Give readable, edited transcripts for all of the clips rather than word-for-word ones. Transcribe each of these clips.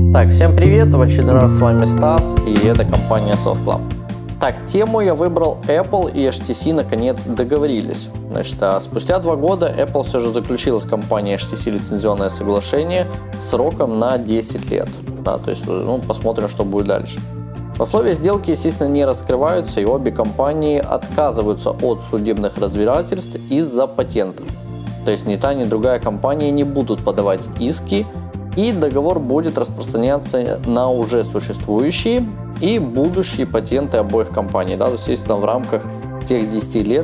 Так, всем привет, в очередной раз с вами Стас, и это компания SoftClub. Так, тему я выбрал Apple и HTC наконец договорились. Значит, спустя 2 года Apple все же заключила с компанией HTC лицензионное соглашение с сроком на 10 лет. Да, то есть, посмотрим, что будет дальше. Условия сделки, естественно, не раскрываются, и обе компании отказываются от судебных разбирательств из-за патентов. То есть ни та, ни другая компания не будут подавать иски, и договор будет распространяться на уже существующие и будущие патенты обоих компаний, да, то есть, естественно, в рамках тех 10 лет,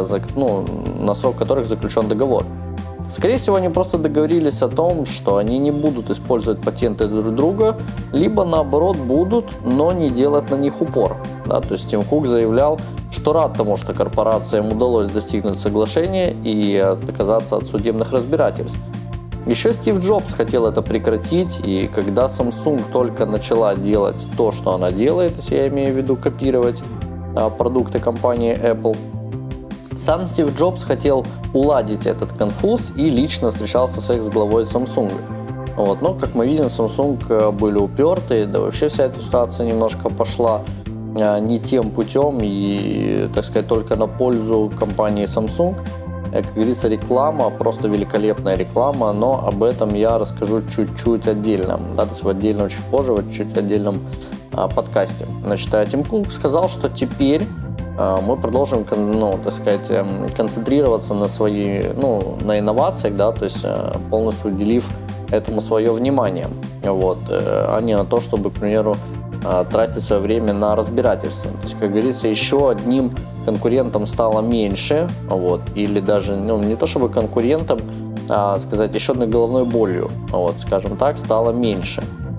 на срок которых заключен договор. Скорее всего, они просто договорились о том, что они не будут использовать патенты друг друга, либо наоборот будут, но не делать на них упор. Да, то есть Тим Кук заявлял, что рад тому, что корпорациям удалось достигнуть соглашения и отказаться от судебных разбирательств. Еще Стив Джобс хотел это прекратить, и когда Samsung только начала делать то, что она делает, если я имею в виду копировать продукты компании Apple, сам Стив Джобс хотел уладить этот конфуз и лично встречался с экс-главой Samsung. Но, как мы видим, Samsung были упертые, да вообще вся эта ситуация немножко пошла не тем путем и, так сказать, только на пользу компании Samsung. Как говорится, реклама, просто великолепная реклама, но об этом я расскажу чуть-чуть отдельно, да, то есть отдельно чуть позже, в чуть отдельном подкасте. Значит, Тим Кук сказал, что теперь мы продолжим, концентрироваться на на инновациях, да, то есть полностью уделив этому свое внимание, а не на то, чтобы, к примеру, тратить свое время на разбирательство. То есть, как говорится, еще одним конкурентом стало меньше, или даже, не то чтобы конкурентом, а сказать, еще одной головной болью, скажем так, стало меньше.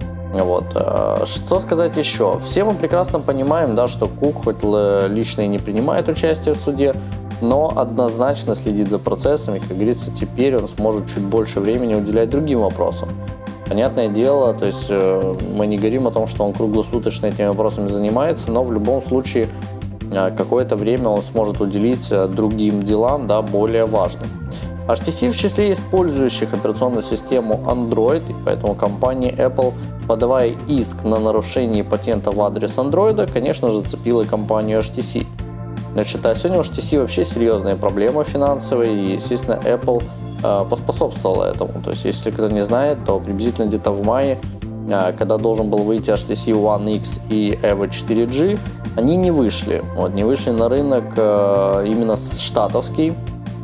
Что сказать еще? Все мы прекрасно понимаем, да, что Кук хоть лично и не принимает участие в суде, но однозначно следит за процессами, как говорится, теперь он сможет чуть больше времени уделять другим вопросам. Понятное дело, то есть мы не говорим о том, что он круглосуточно этими вопросами занимается, но в любом случае какое-то время он сможет уделить другим делам, да, более важным. HTC в числе использующих операционную систему Android, и поэтому компания Apple, подавая иск на нарушение патента в адрес Android, конечно же, зацепила и компанию HTC. Значит, сегодня у HTC вообще серьезные проблемы финансовые, и, естественно, Apple поспособствовало этому. То есть, если кто не знает, то приблизительно где-то в мае, когда должен был выйти HTC One X и Evo 4G, они не вышли. Не вышли на рынок именно штатовский.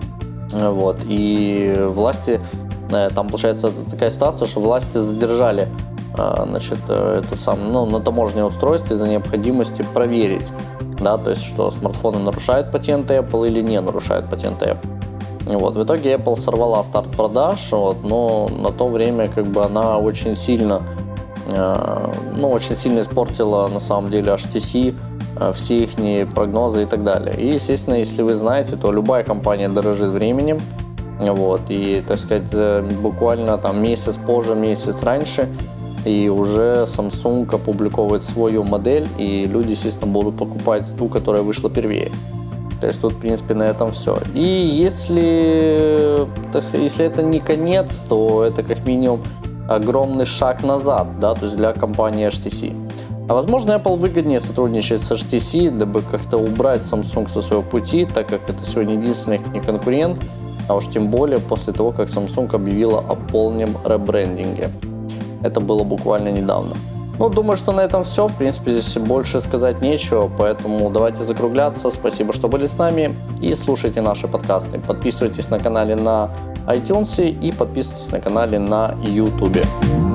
И власти, там получается такая ситуация, что власти задержали на таможенное устройство из-за необходимости проверить, да, то есть, что смартфоны нарушают патенты Apple или не нарушают патенты Apple. В итоге Apple сорвала старт продаж, но на то время она очень сильно испортила на самом деле HTC, все их прогнозы и так далее. И, естественно, если вы знаете, то любая компания дорожит временем, и, так сказать, буквально месяц позже, месяц раньше, и уже Samsung опубликовывает свою модель, и люди, естественно, будут покупать ту, которая вышла первее. То есть тут, в принципе, на этом все. И если это не конец, то это как минимум огромный шаг назад, да, то есть для компании HTC. А возможно, Apple выгоднее сотрудничать с HTC, дабы как-то убрать Samsung со своего пути, так как это сегодня единственный их не конкурент, а уж тем более после того, как Samsung объявила о полном ребрендинге. Это было буквально недавно. Думаю, что на этом все. В принципе, здесь больше сказать нечего, поэтому давайте закругляться. Спасибо, что были с нами, и слушайте наши подкасты. Подписывайтесь на канале на iTunes и подписывайтесь на канале на YouTube.